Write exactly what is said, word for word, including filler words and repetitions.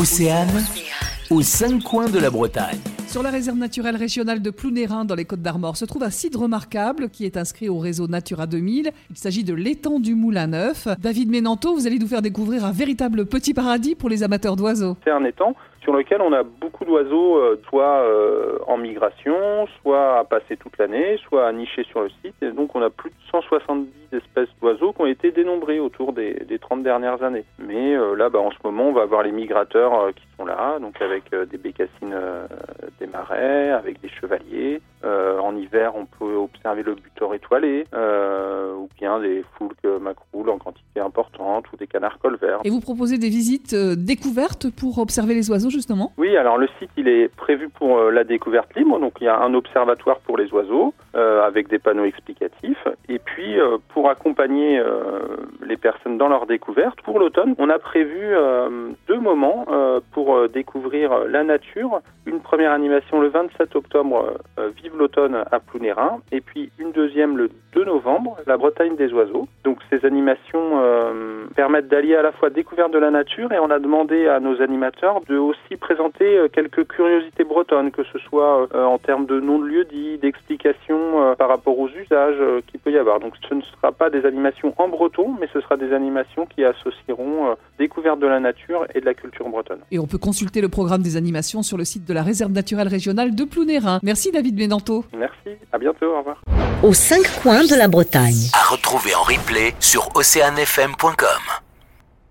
Océane, aux cinq coins de la Bretagne. Sur la réserve naturelle régionale de Plounérin, dans les Côtes-d'Armor, se trouve un site remarquable qui est inscrit au réseau Natura deux mille. Il s'agit de l'étang du Moulin Neuf. David Ménanteau, vous allez nous faire découvrir un véritable petit paradis pour les amateurs d'oiseaux. C'est un étang sur lequel on a beaucoup d'oiseaux, euh, soit euh, en migration, soit à passer toute l'année, soit à nicher sur le site. Et donc on a plus de cent soixante-dix espèces d'oiseaux qui ont été dénombrées autour des, des trente dernières années. Mais euh, là, bah, en ce moment, on va avoir les migrateurs euh, qui sont là, donc avec euh, des bécassines euh, des marais, avec des chevaliers. Euh, en hiver, on peut observer le butor étoilé, euh, ou bien des foulques macroules en quantité importante, ou des canards colverts. Et vous proposez des visites euh, découvertes pour observer les oiseaux, justement ? Oui, alors le site, il est prévu pour euh, la découverte libre, donc il y a un observatoire pour les oiseaux, euh, avec des panneaux explicatifs, et puis euh, pour accompagner euh, les personnes dans leur découverte, pour l'automne, on a prévu euh, deux moments euh, pour euh, découvrir la nature. Une première animation le vingt-sept octobre, euh, Vive l'automne à Plounérin, et puis une deuxième le deux novembre, la Bretagne des oiseaux. Donc ces animations euh, permettent d'allier à la fois découverte de la nature, et on a demandé à nos animateurs de aussi présenter euh, quelques curiosités bretonnes, que ce soit euh, en termes de noms de lieux-dits, d'explications euh, par rapport aux usages euh, qu'il peut y avoir. Donc ce ne sera pas des animations en breton, mais ce sera des animations qui associeront euh, découverte de la nature et de la culture bretonne. Et on peut consulter le programme des animations sur le site de la réserve naturelle régionale de Plounérin. Merci David Ménanteau. Merci, à bientôt, au revoir. Aux cinq coins de la Bretagne. À retrouver en replay sur océane f m point com.